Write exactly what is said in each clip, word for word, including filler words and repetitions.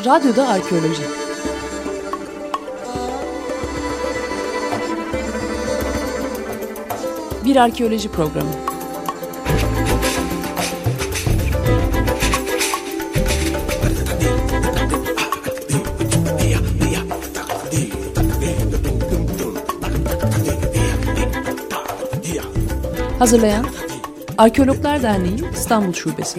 Radyoda Arkeoloji. Bir arkeoloji programı. Hazırlayan Arkeologlar Derneği İstanbul Şubesi.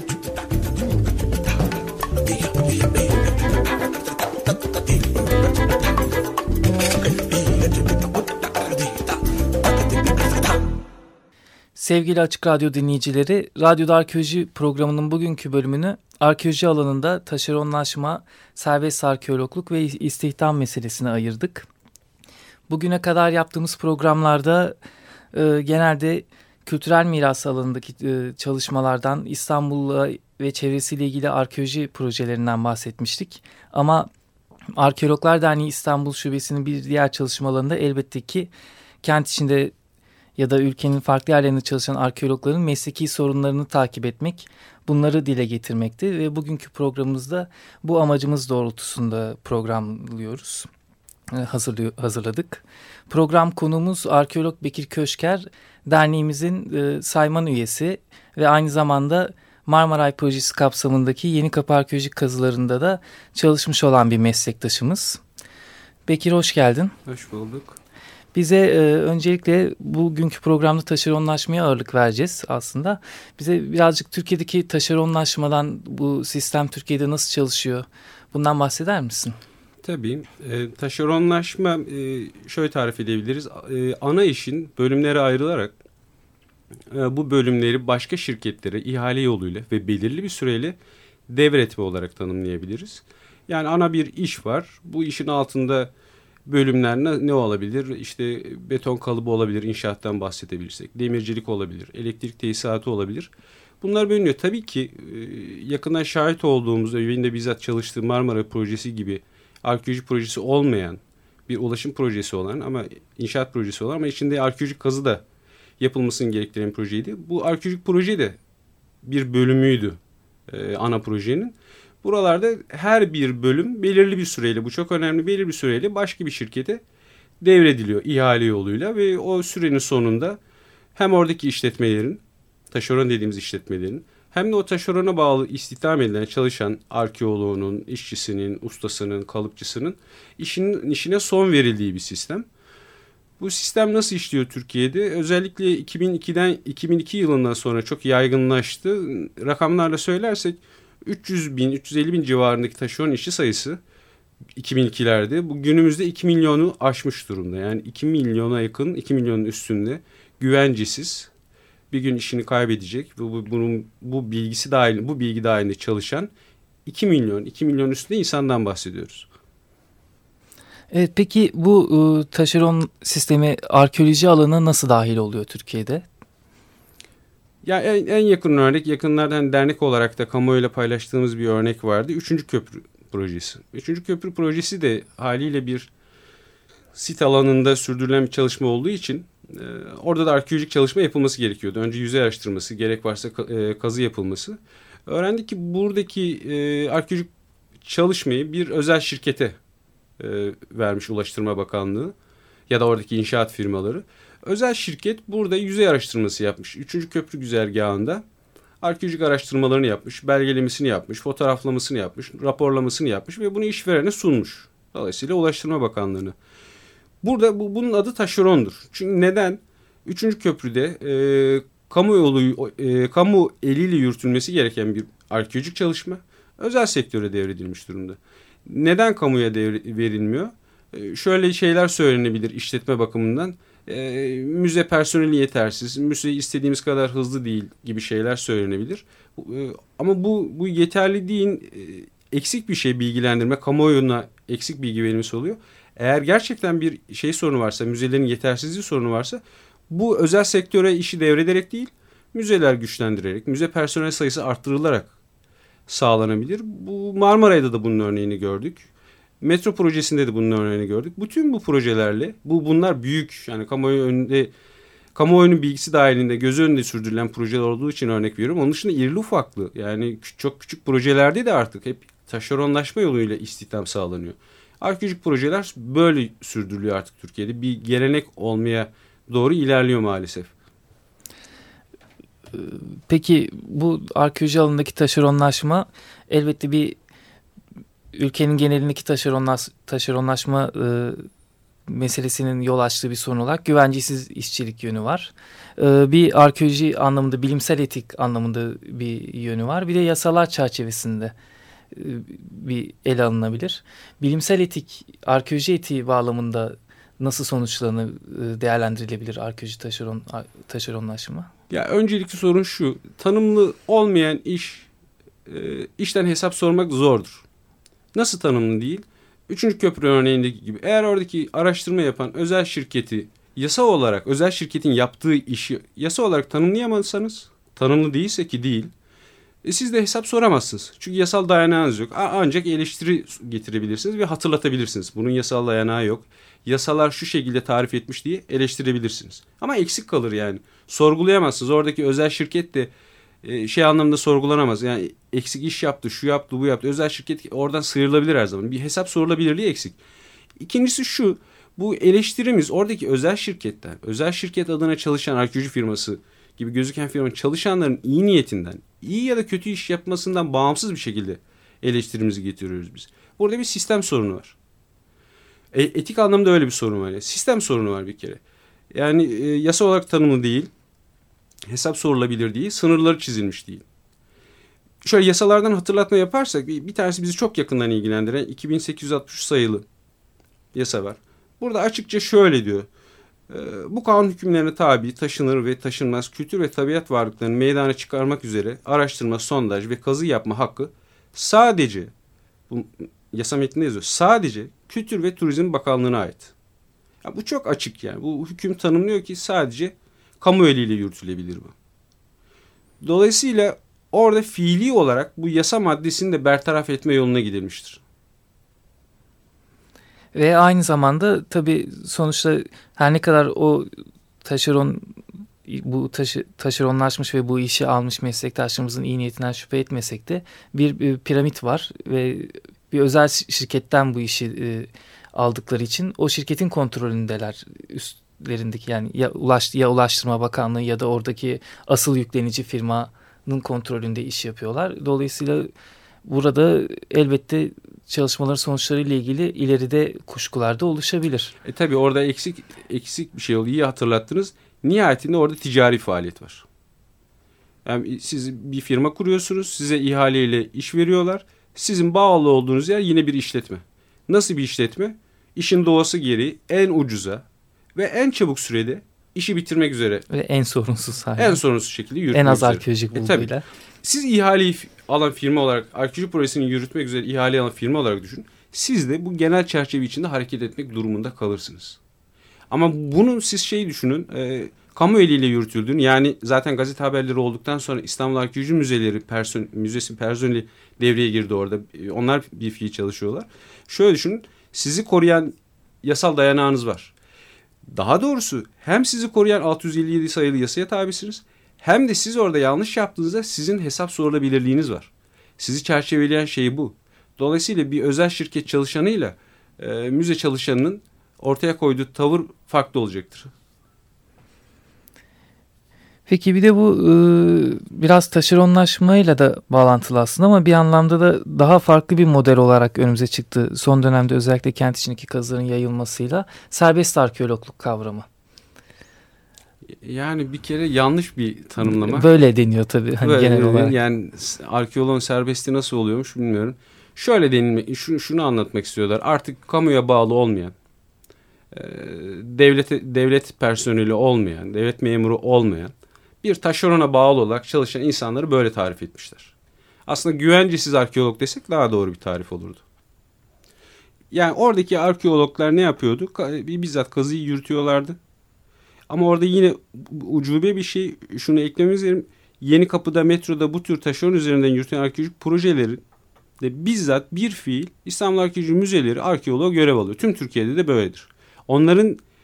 Sevgili Açık Radyo dinleyicileri, Radyoda Arkeoloji programının bugünkü bölümünü arkeoloji alanında taşeronlaşma, serbest arkeologluk ve istihdam meselesine ayırdık. Bugüne kadar yaptığımız programlarda e, genelde kültürel miras alanındaki e, çalışmalardan, İstanbul'la ve çevresiyle ilgili arkeoloji projelerinden bahsetmiştik. Ama Arkeologlar Derneği İstanbul Şubesi'nin bir diğer çalışmalarında elbette ki kent içinde ya da ülkenin farklı yerlerinde çalışan arkeologların mesleki sorunlarını takip etmek, bunları dile getirmekti ve bugünkü programımızda bu amacımız doğrultusunda programlıyoruz, hazırladık. Program konuğumuz arkeolog Bekir Köşker, derneğimizin e, sayman üyesi ve aynı zamanda Marmaray Projesi kapsamındaki Yenikapı arkeolojik kazılarında da çalışmış olan bir meslektaşımız. Bekir, hoş geldin. Hoş bulduk. Bize e, öncelikle bugünkü programda taşeronlaşmaya ağırlık vereceğiz aslında. Bize birazcık Türkiye'deki taşeronlaşmadan, bu sistem Türkiye'de nasıl çalışıyor, bundan bahseder misin? Tabii. E, taşeronlaşma e, şöyle tarif edebiliriz. E, ana işin bölümlere ayrılarak e, bu bölümleri başka şirketlere ihale yoluyla ve belirli bir süreyle devretme olarak tanımlayabiliriz. Yani ana bir iş var. Bu işin altında bölümler ne, ne olabilir? İşte beton kalıbı olabilir, inşaattan bahsedebilirsek. Demircilik olabilir, elektrik tesisatı olabilir. Bunlar bölünüyor. Tabii ki e, yakından şahit olduğumuz, benim de bizzat çalıştığım Marmara Projesi gibi arkeoloji projesi olmayan bir ulaşım projesi olan ama inşaat projesi olan ama içinde arkeolojik kazı da yapılmasının gerektiren projeydi. Bu arkeolojik proje de bir bölümüydü e, ana projenin. Buralarda her bir bölüm belirli bir süreyle, bu çok önemli, belirli bir süreyle başka bir şirkete devrediliyor ihale yoluyla ve o sürenin sonunda hem oradaki işletmelerin, taşeron dediğimiz işletmelerin, hem de o taşerona bağlı istihdam edilen çalışan arkeoloğunun, işçisinin, ustasının, kalıpçısının işinin, işine son verildiği bir sistem. Bu sistem nasıl işliyor Türkiye'de? Özellikle iki bin ikiden iki bin iki yılından sonra çok yaygınlaştı. Rakamlarla söylersek üç yüz bin, üç yüz elli bin civarındaki taşeron işçi sayısı iki bin ikilerde bu günümüzde iki milyonu aşmış durumda. Yani iki milyona yakın, iki milyonun üstünde güvencesiz, bir gün işini kaybedecek ve bu, bunun bu bilgisi dahil, bu bilgi dahilinde çalışan iki milyon, iki milyon üstünde insandan bahsediyoruz. Evet, peki bu e, taşeron sistemi arkeoloji alanına nasıl dahil oluyor Türkiye'de? Ya en, en yakın örnek, yakınlardan dernek olarak da kamuoyuyla paylaştığımız bir örnek vardı. Üçüncü köprü projesi. Üçüncü köprü projesi de haliyle bir sit alanında sürdürülen bir çalışma olduğu için e, orada da arkeolojik çalışma yapılması gerekiyordu. Önce yüzey araştırması, gerek varsa e, kazı yapılması. Öğrendik ki buradaki e, arkeolojik çalışmayı bir özel şirkete e, vermiş Ulaştırma Bakanlığı ya da oradaki inşaat firmaları. Özel şirket burada yüzey araştırması yapmış. Üçüncü köprü güzergahında arkeolojik araştırmalarını yapmış, belgelemesini yapmış, fotoğraflamasını yapmış, raporlamasını yapmış ve bunu işverene sunmuş. Dolayısıyla Ulaştırma Bakanlığı'na. Burada bu, bunun adı taşerondur. Çünkü neden? Üçüncü köprüde e, kamu yolu, e, kamu eliyle yürütülmesi gereken bir arkeolojik çalışma özel sektöre devredilmiş durumda. Neden kamuya devre, verilmiyor? E, şöyle şeyler söylenebilir işletme bakımından. E, müze personeli yetersiz, müze istediğimiz kadar hızlı değil gibi şeyler söylenebilir. E, ama bu bu yeterli değil, e, eksik bir şey bilgilendirme, kamuoyuna eksik bilgi verilmesi oluyor. Eğer gerçekten bir şey sorunu varsa, müzelerin yetersizliği sorunu varsa bu özel sektöre işi devrederek değil, müzeler güçlendirerek, müze personel sayısı arttırılarak sağlanabilir. Bu Marmaray'da da bunun örneğini gördük. Metro projesinde de bunun örneğini gördük. Bütün bu projelerle, bu bunlar büyük, yani kamuoyu önünde kamuoyunun bilgisi dahilinde göz önünde sürdürülen projeler olduğu için örnek veriyorum. Onun dışında irili ufaklı, yani çok küçük projelerde de artık hep taşeronlaşma yoluyla istihdam sağlanıyor. Arkeolojik projeler böyle sürdürülüyor artık Türkiye'de. Bir gelenek olmaya doğru ilerliyor maalesef. Peki bu arkeoloji alanındaki taşeronlaşma elbette bir ülkenin genelindeki taşeronlaş, taşeronlaşma e, meselesinin yol açtığı bir sorun olarak güvencesiz işçilik yönü var. E, bir arkeoloji anlamında, bilimsel etik anlamında bir yönü var. Bir de yasalar çerçevesinde e, bir ele alınabilir. Bilimsel etik, arkeoloji etiği bağlamında nasıl sonuçlarını e, değerlendirilebilir arkeoloji taşeron, taşeronlaşma? Ya öncelikli sorun şu: tanımlı olmayan iş, e, işten hesap sormak zordur. Nasıl tanımlı değil? Üçüncü köprü örneğindeki gibi, eğer oradaki araştırma yapan özel şirketi yasa olarak, özel şirketin yaptığı işi yasa olarak tanımlayamazsanız, tanımlı değilse ki değil, e siz de hesap soramazsınız. Çünkü yasal dayanağınız yok. Ancak eleştiri getirebilirsiniz ve hatırlatabilirsiniz. Bunun yasal dayanağı yok. Yasalar şu şekilde tarif etmiş diye eleştirebilirsiniz. Ama eksik kalır yani. Sorgulayamazsınız. Oradaki özel şirket de e, şey anlamda sorgulanamaz. Yani eksik iş yaptı, şu yaptı, bu yaptı. Özel şirket oradan sıyrılabilir her zaman. Bir hesap sorulabilirliği eksik. İkincisi şu: bu eleştirimiz oradaki özel şirketten, özel şirket adına çalışan arkeoloji firması gibi gözüken firmanın çalışanların iyi niyetinden, iyi ya da kötü iş yapmasından bağımsız bir şekilde eleştirimizi getiriyoruz biz. Burada bir sistem sorunu var. E, etik anlamda öyle bir sorun var. Yani sistem sorunu var bir kere. Yani e, yasa olarak tanımlı değil, hesap sorulabilir değil, sınırları çizilmiş değil. Şöyle yasalardan hatırlatma yaparsak, bir, bir tanesi bizi çok yakından ilgilendiren iki bin sekiz yüz altmış üç sayılı yasa var. Burada açıkça şöyle diyor: e, bu kanun hükümlerine tabi taşınır ve taşınmaz kültür ve tabiat varlıklarını meydana çıkarmak üzere araştırma, sondaj ve kazı yapma hakkı sadece, bu yasa metninde yazıyor, sadece Kültür ve Turizm Bakanlığı'na ait. Ya bu çok açık yani. Bu hüküm tanımlıyor ki sadece kamu eliyle yürütülebilir bu. Dolayısıyla orada fiili olarak bu yasa maddesini de bertaraf etme yoluna gidilmiştir. Ve aynı zamanda tabii sonuçta her ne kadar o taşeron, bu taşı, taşeronlaşmış ve bu işi almış meslektaşlarımızın iyi niyetinden şüphe etmesek de bir, bir piramit var ve bir özel şirketten bu işi e, aldıkları için o şirketin kontrolündeler, üstlerindeki, yani ya, ulaş, ya Ulaştırma Bakanlığı ya da oradaki asıl yüklenici firmanın kontrolünde iş yapıyorlar. Dolayısıyla burada elbette çalışmaların sonuçlarıyla ilgili ileride kuşkular da oluşabilir. E tabii orada eksik eksik bir şey oldu. İyi hatırlattınız. Nihayetinde orada ticari faaliyet var. Yani siz bir firma kuruyorsunuz, size ihaleyle iş veriyorlar. Sizin bağlı olduğunuz yer yine bir işletme. Nasıl bir işletme? İşin doğası gereği en ucuza ve en çabuk sürede işi bitirmek üzere. Ve en sorunsuz sahibi. En sorunsuz şekilde yürütmek En az üzere. arkeolojik bulguyla. E, siz ihaleyi alan firma olarak, arkeoloji projesini yürütmek üzere ihale alan firma olarak düşünün. Siz de bu genel çerçeve içinde hareket etmek durumunda kalırsınız. Ama bunun siz şeyi düşünün, e, kamu eliyle yürütüldüğünü, yani zaten gazete haberleri olduktan sonra İstanbul Arkeoloji Müzeleri person, Müzesi personeli devreye girdi orada. E, onlar bir fiil çalışıyorlar. Şöyle düşünün, sizi koruyan yasal dayanağınız var. Daha doğrusu hem sizi koruyan altı yüz elli yedi sayılı yasaya tabisiniz, hem de siz orada yanlış yaptığınızda sizin hesap sorulabilirliğiniz var. Sizi çerçeveleyen şey bu. Dolayısıyla bir özel şirket çalışanıyla e, müze çalışanının ortaya koyduğu tavır farklı olacaktır. Peki bir de bu e, biraz taşeronlaşmayla da bağlantılı aslında ama bir anlamda da daha farklı bir model olarak önümüze çıktı. Son dönemde özellikle kent içindeki kazıların yayılmasıyla serbest arkeologluk kavramı. Yani bir kere yanlış bir tanımlama. Böyle deniyor tabii hani Böyle, genel olarak. Yani arkeoloğun serbestliği nasıl oluyormuş bilmiyorum. Şöyle denilmek, şunu, şunu anlatmak istiyorlar. Artık kamuya bağlı olmayan, devlete, devlet personeli olmayan, devlet memuru olmayan bir taşerona bağlı olarak çalışan insanları böyle tarif etmişler. Aslında güvencesiz arkeolog desek daha doğru bir tarif olurdu. Yani oradaki arkeologlar ne yapıyordu? Bizzat kazıyı yürütüyorlardı. Ama orada yine ucube bir şey, şunu eklememiz gerekiyor. Yenikapı'da, metroda bu tür taşeron üzerinden yürütülen arkeolojik projelerin de bizzat bir fiil İstanbul Arkeoloji Müzeleri arkeoloğa görev alıyor. Tüm Türkiye'de de böyledir. Onların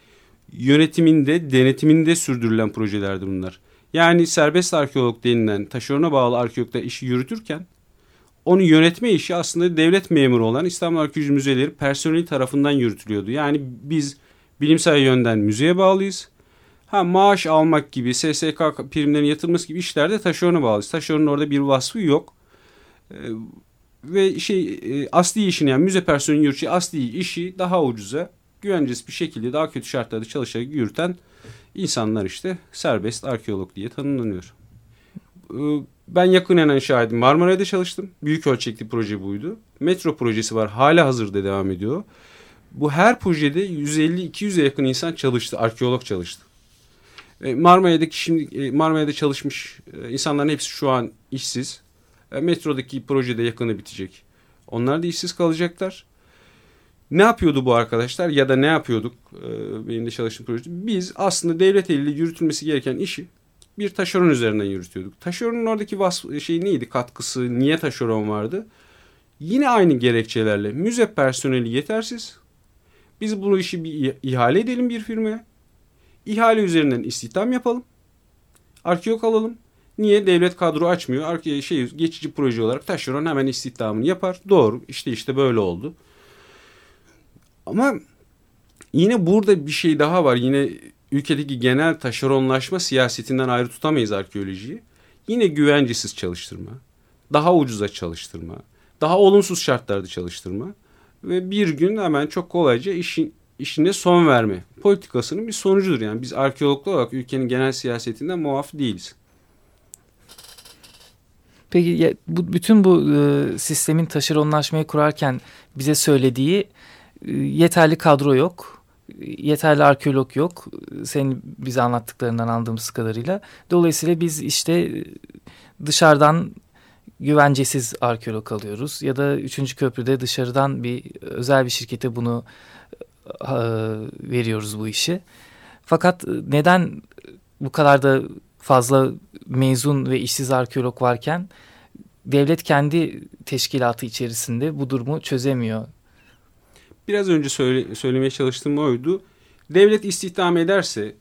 yönetiminde, denetiminde sürdürülen projelerdir bunlar. Yani serbest arkeolog denilen taşerona bağlı arkeologlar işi yürütürken onu yönetme işi aslında devlet memuru olan İstanbul Arkeoloji Müzeleri personeli tarafından yürütülüyordu. Yani biz bilimsel yönden müzeye bağlıyız. Ha, maaş almak gibi, S S K primlerinin yatırılması gibi işlerde taşerona bağlıyız. Taşeronun orada bir vasfı yok. Ee, ve şey e, asli işini, yani müze personelinin yürüteceği asli işi daha ucuza, güvencesiz bir şekilde daha kötü şartlarda çalışarak yürüten insanlar işte serbest arkeolog diye tanımlanıyor. Ee, ben yakinen şahidim. Marmaray'da çalıştım. Büyük ölçekli proje buydu. Metro projesi var. Hala hazırda devam ediyor. Bu her projede yüz elli iki yüze yakın insan çalıştı. Arkeolog çalıştı. Marmaray'daki şimdi Marmaray'da çalışmış insanların hepsi şu an işsiz. Metrodaki projede yakını bitecek. Onlar da işsiz kalacaklar. Ne yapıyordu bu arkadaşlar ya da ne yapıyorduk benim de çalıştığım projede? Biz aslında devlet eliyle yürütülmesi gereken işi bir taşeron üzerinden yürütüyorduk. Taşeronun oradaki vasfı, şey neydi, katkısı, niye taşeron vardı? Yine aynı gerekçelerle müze personeli yetersiz. Biz bu işi bir ihale edelim bir firmaya. İhale üzerinden istihdam yapalım. Arkeolog alalım. Niye? Devlet kadro açmıyor. Arke şey geçici proje olarak taşeron hemen istihdamını yapar. Doğru. İşte işte böyle oldu. Ama yine burada bir şey daha var. Yine ülkedeki genel taşeronlaşma siyasetinden ayrı tutamayız arkeolojiyi. Yine güvencesiz çalıştırma, daha ucuza çalıştırma, daha olumsuz şartlarda çalıştırma ve bir gün hemen çok kolayca işin işine son verme politikasının bir sonucudur. Yani biz arkeologlar olarak ülkenin genel siyasetinden muaf değiliz. Peki ya, bu, bütün bu e, sistemin taşeronlaşmayı kurarken bize söylediği e, yeterli kadro yok, yeterli arkeolog yok. Senin bize anlattıklarından anladığımız kadarıyla. Dolayısıyla biz işte dışarıdan güvencesiz arkeolog alıyoruz ya da üçüncü köprüde dışarıdan bir özel bir şirkete bunu e, veriyoruz bu işi. Fakat neden bu kadar da fazla mezun ve işsiz arkeolog varken devlet kendi teşkilatı içerisinde bu durumu çözemiyor? Biraz önce söyle, söylemeye çalıştığım oydu. Devlet istihdam ederse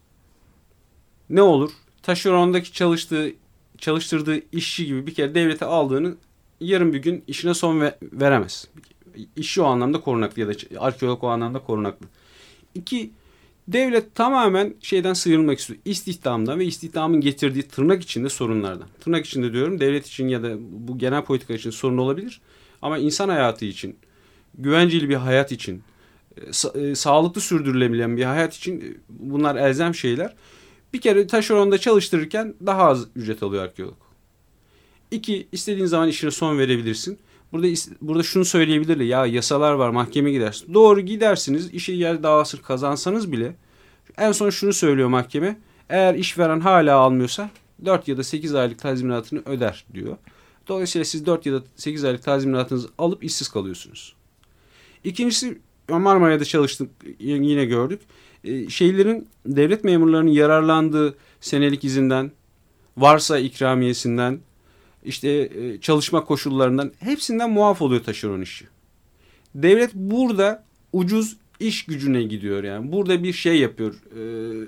ne olur? Taşerondaki çalıştığı, çalıştırdığı işçi gibi bir kere devlete aldığını yarın bir gün işine son ve, veremez. İşçi o anlamda korunaklı ya da arkeolog o anlamda korunaklı. İki, devlet tamamen şeyden sıyrılmak istiyor. İstihdamdan ve istihdamın getirdiği tırnak içinde sorunlardan. Tırnak içinde diyorum, devlet için ya da bu genel politika için sorun olabilir. Ama insan hayatı için, güvenceli bir hayat için, sa- sağlıklı sürdürülebilen bir hayat için bunlar elzem şeyler. Bir kere taşeronda çalıştırırken daha az ücret alıyor arkeolog. İki, istediğin zaman işine son verebilirsin. Burada burada şunu söyleyebilirler. Ya yasalar var, mahkemeye gidersin. Doğru, gidersiniz. İşi yer davasını kazansanız bile en son şunu söylüyor mahkeme. Eğer işveren hala almıyorsa dört ya da sekiz aylık tazminatını öder diyor. Dolayısıyla siz dört ya da sekiz aylık tazminatınızı alıp işsiz kalıyorsunuz. İkincisi, Marmaray'da çalıştık, yine gördük. Şeylerin, devlet memurlarının yararlandığı senelik izinden, varsa ikramiyesinden, İşte çalışma koşullarından hepsinden muaf oluyor taşeron işi. Devlet burada ucuz iş gücüne gidiyor yani. Burada bir şey yapıyor. E,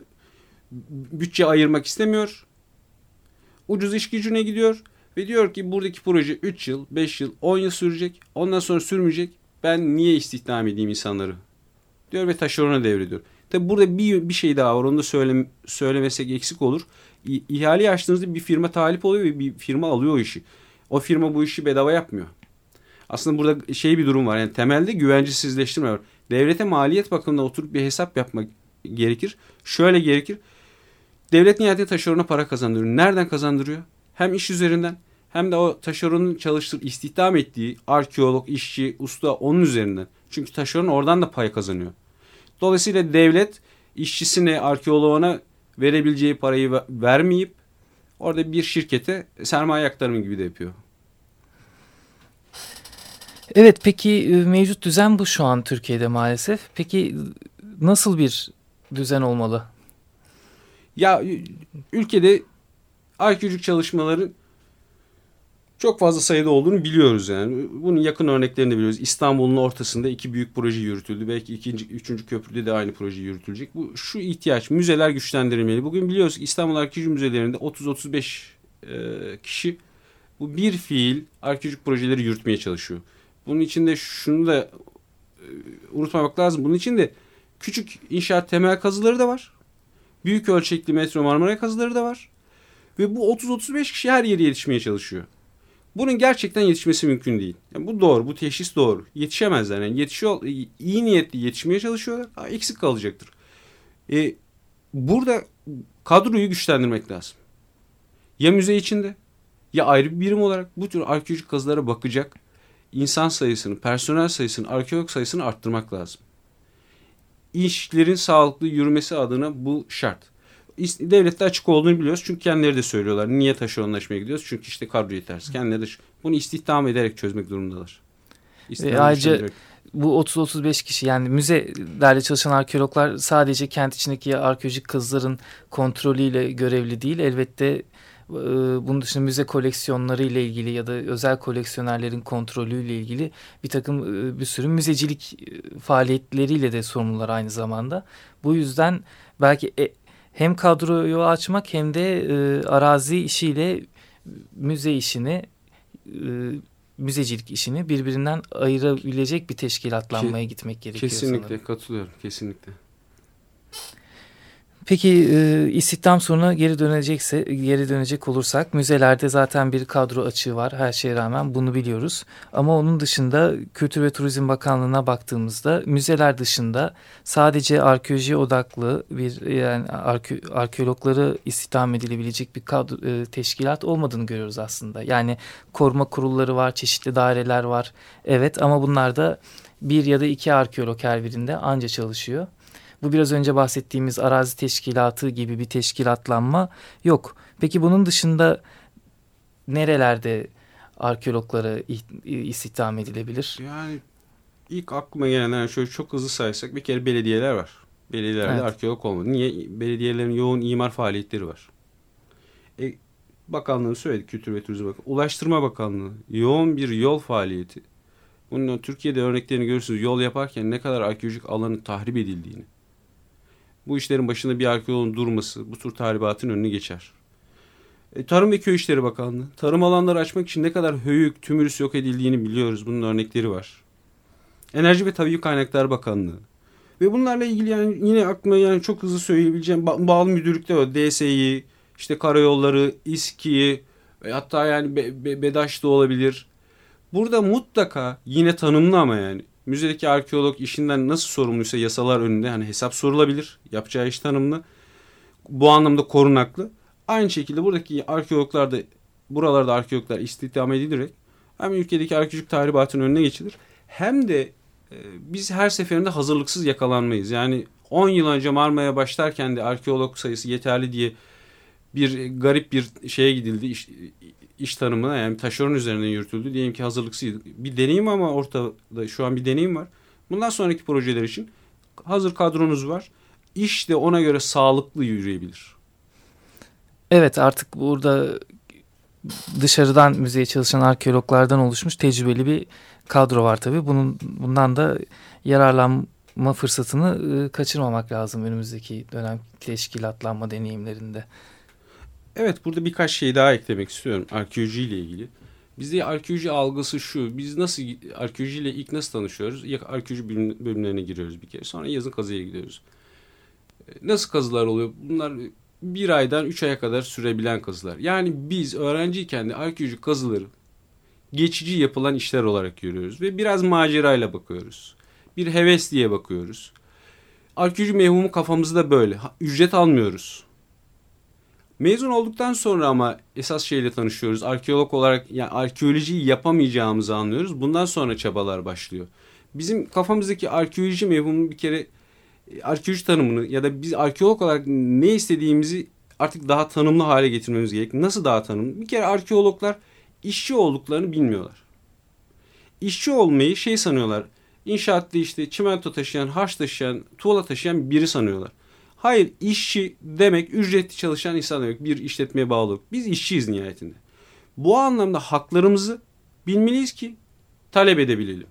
bütçe ayırmak istemiyor. Ucuz iş gücüne gidiyor ve diyor ki buradaki proje üç yıl, beş yıl, on yıl sürecek. Ondan sonra sürmeyecek. Ben niye istihdam edeyim insanları? Diyor ve taşerona devrediyor. Tabi burada bir, bir şey daha var. Onu da söyle, söylemesek eksik olur. İ, ihaleyi açtığınızda bir firma talip oluyor ve bir firma alıyor o işi. O firma bu işi bedava yapmıyor. Aslında burada şey bir durum var. Yani temelde güvencesizleştirme var. Devlete maliyet bakımından oturup bir hesap yapmak gerekir. Şöyle gerekir. Devlet nihayetinde taşerona para kazandırıyor. Nereden kazandırıyor? Hem iş üzerinden hem de o taşeronun çalıştırdığı, istihdam ettiği arkeolog, işçi, usta onun üzerinden. Çünkü taşeron oradan da pay kazanıyor. Dolayısıyla devlet işçisine, arkeoloğuna verebileceği parayı vermeyip orada bir şirkete sermaye aktarımı gibi de yapıyor. Evet, peki mevcut düzen bu şu an Türkiye'de maalesef. Peki nasıl bir düzen olmalı? Ya ülkede arkeolojik çalışmaların çok fazla sayıda olduğunu biliyoruz yani. Bunun yakın örneklerini de biliyoruz. İstanbul'un ortasında iki büyük proje yürütüldü. Belki ikinci, üçüncü köprüde de aynı proje yürütülecek. Bu şu ihtiyaç, müzeler güçlendirilmeli. Bugün biliyoruz ki İstanbul Arkeoloji Müzelerinde otuz otuz beş e, kişi bu bir fiil arkeolojik projeleri yürütmeye çalışıyor. Bunun için de şunu da e, unutmamak lazım. Bunun için de küçük inşaat temel kazıları da var. Büyük ölçekli metro Marmara kazıları da var. Ve bu otuz otuz beş kişi her yere yetişmeye çalışıyor. Bunun gerçekten yetişmesi mümkün değil. Yani bu doğru, bu teşhis doğru. Yetişemezler. Yani yetişiyor, iyi niyetli yetişmeye çalışıyorlar. Ha, eksik kalacaktır. E, burada kadroyu güçlendirmek lazım. Ya müze içinde ya ayrı bir birim olarak bu tür arkeolojik kazılara bakacak insan sayısını, personel sayısını, arkeolog sayısını arttırmak lazım. İşlerin sağlıklı yürümesi adına bu şart. Devlette açık olduğunu biliyoruz. Çünkü kendileri de söylüyorlar. Niye taşeronlaşmaya gidiyoruz? Çünkü işte kadro yetersiz. Kendileri de bunu istihdam ederek çözmek durumundalar. Ve ayrıca bu otuz otuz beş kişi, yani müzelerle çalışan arkeologlar sadece kent içindeki arkeolojik kazıların kontrolüyle görevli değil. Elbette bunun dışında müze koleksiyonları ile ilgili ya da özel koleksiyonerlerin kontrolüyle ilgili bir takım bir sürü müzecilik faaliyetleriyle de sorumlular aynı zamanda. Bu yüzden belki hem kadroyu açmak hem de e, arazi işiyle müze işini, e, müzecilik işini birbirinden ayırabilecek bir teşkilatlanmaya Ki, gitmek gerekiyor. Kesinlikle sanırım. Katılıyorum, kesinlikle. Peki e, istihdam soruna geri dönecekse, geri dönecek olursak, müzelerde zaten bir kadro açığı var. Her şeye rağmen bunu biliyoruz. Ama onun dışında Kültür ve Turizm Bakanlığı'na baktığımızda müzeler dışında sadece arkeoloji odaklı bir, yani arke, arkeologları istihdam edilebilecek bir kadro, e, teşkilat olmadığını görüyoruz aslında. Yani koruma kurulları var, çeşitli daireler var. Evet, ama bunlar da bir ya da iki arkeolog her birinde anca çalışıyor. Bu biraz önce bahsettiğimiz arazi teşkilatı gibi bir teşkilatlanma yok. Peki bunun dışında nerelerde arkeologlara istihdam edilebilir? Yani ilk aklıma gelenler şöyle çok hızlı saysak bir kere belediyeler var. Belediyelerde evet. Arkeolog olmadı. Niye? Belediyelerin yoğun imar faaliyetleri var. E, Bakanlığın söyledi, Kültür ve Turizm Bakanlığı. Ulaştırma Bakanlığı yoğun bir yol faaliyeti. Bunun Türkiye'de örneklerini görürsünüz. Yol yaparken ne kadar arkeolojik alanın tahrip edildiğini. Bu işlerin başında bir arkeologun durması bu tür tahribatın önüne geçer. E, Tarım ve Köy İşleri Bakanlığı. Tarım alanları açmak için ne kadar höyük, tümülüs yok edildiğini biliyoruz. Bunun örnekleri var. Enerji ve Tabii Kaynaklar Bakanlığı. Ve bunlarla ilgili yani yine aklıma yani çok hızlı söyleyebileceğim ba- bağlı müdürlükler var. D S İ, işte Karayolları, İSKİ, hatta yani Be- Be- BEDAŞ da olabilir. Burada mutlaka yine tanımlı ama yani müzedeki arkeolog işinden nasıl sorumluysa yasalar önünde hani hesap sorulabilir. Yapacağı iş tanımlı. Bu anlamda korunaklı. Aynı şekilde buradaki arkeologlar da buralarda arkeologlar istihdam edilerek hem ülkedeki arkeolojik tahribatın önüne geçilir. Hem de e, biz her seferinde hazırlıksız yakalanmayız. Yani on yıl önce Marmara'ya başlarken de arkeolog sayısı yeterli diye bir garip bir şeye gidildi. İş, iş tanımına yani taşeron üzerinden yürütüldü. Diyelim ki hazırlıksız. Bir deneyim ama ortada şu an bir deneyim var. Bundan sonraki projeler için hazır kadronuz var. İş de ona göre sağlıklı yürüyebilir. Evet, artık burada dışarıdan müzeye çalışan arkeologlardan oluşmuş tecrübeli bir kadro var tabii. Bunun bundan da yararlanma fırsatını kaçırmamak lazım önümüzdeki dönem teşkilatlanma deneyimlerinde. Evet, burada birkaç şey daha eklemek istiyorum arkeoloji ile ilgili. Bizde arkeoloji algısı şu. Biz nasıl arkeolojiyle ilk nasıl tanışıyoruz? İlk arkeoloji bölümlerine giriyoruz bir kere. Sonra yazın kazıya gidiyoruz. Nasıl kazılar oluyor? Bunlar bir aydan üç aya kadar sürebilen kazılar. Yani biz öğrenciyken de arkeolojik kazıları geçici yapılan işler olarak görüyoruz. Ve biraz macerayla bakıyoruz. Bir heves diye bakıyoruz. Arkeoloji mevhumu kafamızda böyle. Ücret almıyoruz. Mezun olduktan sonra ama esas şeyle tanışıyoruz. Arkeolog olarak yani arkeolojiyi yapamayacağımızı anlıyoruz. Bundan sonra çabalar başlıyor. Bizim kafamızdaki arkeoloji mevhumu bir kere arkeoloji tanımını ya da biz arkeolog olarak ne istediğimizi artık daha tanımlı hale getirmemiz gerek. Nasıl daha tanımlı? Bir kere arkeologlar işçi olduklarını bilmiyorlar. İşçi olmayı şey sanıyorlar. İnşaatta işte çimento taşıyan, harç taşıyan, tuğla taşıyan biri sanıyorlar. Hayır, işçi demek ücretli çalışan insan demek. Bir işletmeye bağlı. Biz işçiyiz nihayetinde. Bu anlamda haklarımızı bilmeliyiz ki talep edebilelim.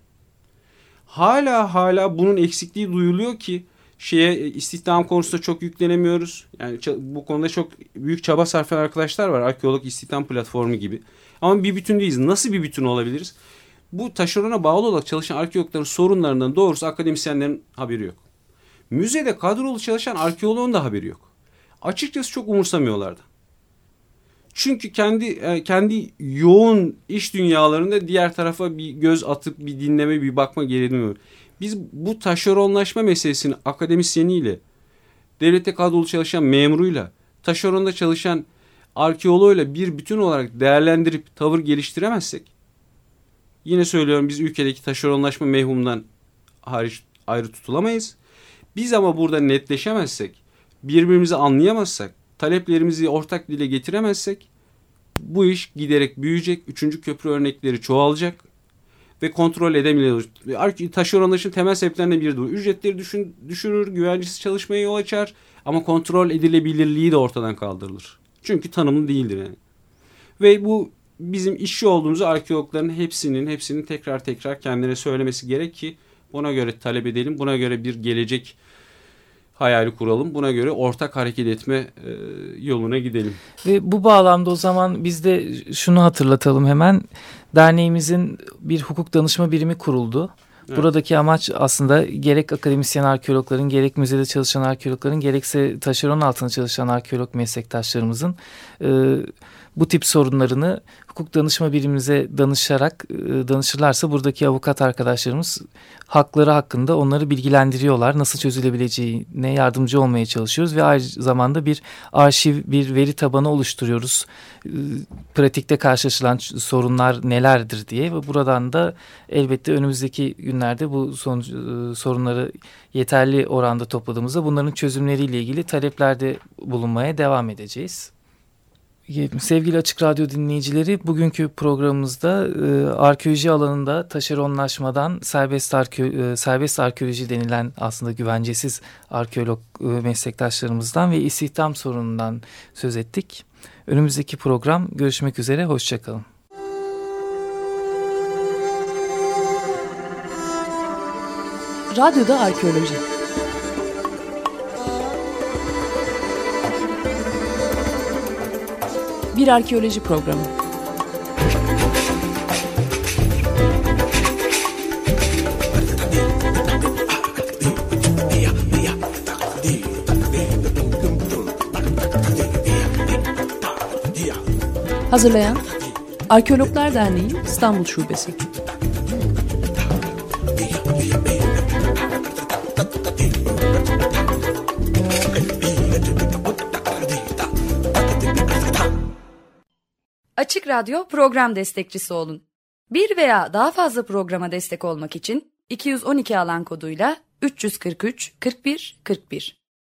Hala hala bunun eksikliği duyuluyor ki şeye istihdam konusunda çok yüklenemiyoruz. Yani bu konuda çok büyük çaba sarf eden arkadaşlar var. Arkeolog istihdam platformu gibi. Ama bir bütün değiliz. Nasıl bir bütün olabiliriz? Bu taşerona bağlı olarak çalışan arkeologların sorunlarından doğrusu akademisyenlerin haberi yok. Müzede kadrolu çalışan arkeoloğun da haberi yok. Açıkçası çok umursamıyorlardı. Çünkü kendi kendi yoğun iş dünyalarında diğer tarafa bir göz atıp bir dinleme, bir bakma gereği. Biz bu taşeronlaşma meselesini akademisyeniyle, devlette kadrolu çalışan memuruyla, taşeronda çalışan arkeoloğuyla bir bütün olarak değerlendirip tavır geliştiremezsek, yine söylüyorum, biz ülkedeki taşeronlaşma mevhumundan hariç ayrı tutulamayız. Biz ama burada netleşemezsek, birbirimizi anlayamazsak, taleplerimizi ortak dile getiremezsek bu iş giderek büyüyecek. Üçüncü köprü örnekleri çoğalacak ve kontrol edemeyeceğiz. Taşeronlaşın temel sebeplerinden biri de bu. Ücretleri düşün, düşürür, güvencesiz çalışmaya yol açar ama kontrol edilebilirliği de ortadan kaldırılır. Çünkü tanımlı değildir yani. Ve bu bizim işçi olduğumuzu arkeologların hepsinin hepsinin tekrar tekrar kendine söylemesi gerek ki buna göre talep edelim, buna göre bir gelecek hayali kuralım. Buna göre ortak hareket etme e, yoluna gidelim. Ve bu bağlamda o zaman biz de şunu hatırlatalım hemen. Derneğimizin bir hukuk danışma birimi kuruldu. Evet. Buradaki amaç aslında gerek akademisyen arkeologların, gerek müzede çalışan arkeologların, gerekse taşeron altında çalışan arkeolog meslektaşlarımızın e, bu tip sorunlarını hukuk danışma birimimize danışarak e, danışırlarsa buradaki avukat arkadaşlarımız hakları hakkında onları bilgilendiriyorlar. Nasıl çözülebileceğine yardımcı olmaya çalışıyoruz ve aynı zamanda bir arşiv, bir veri tabanı oluşturuyoruz. E, pratikte karşılaşılan sorunlar nelerdir diye ve buradan da elbette önümüzdeki günlerde bu son, e, sorunları yeterli oranda topladığımızda bunların çözümleriyle ilgili taleplerde bulunmaya devam edeceğiz. Sevgili Açık Radyo dinleyicileri, bugünkü programımızda e, arkeoloji alanında taşeronlaşmadan serbest, arke, e, serbest arkeoloji denilen aslında güvencesiz arkeolog e, meslektaşlarımızdan ve istihdam sorunundan söz ettik. Önümüzdeki program görüşmek üzere, hoşçakalın. Radyoda arkeoloji. Bir arkeoloji programı. Hazırlayan Arkeologlar Derneği İstanbul Şubesi. Açık Radyo program destekçisi olun. Bir veya daha fazla programa destek olmak için iki yüz on iki alan koduyla üç yüz kırk üç kırk bir kırk bir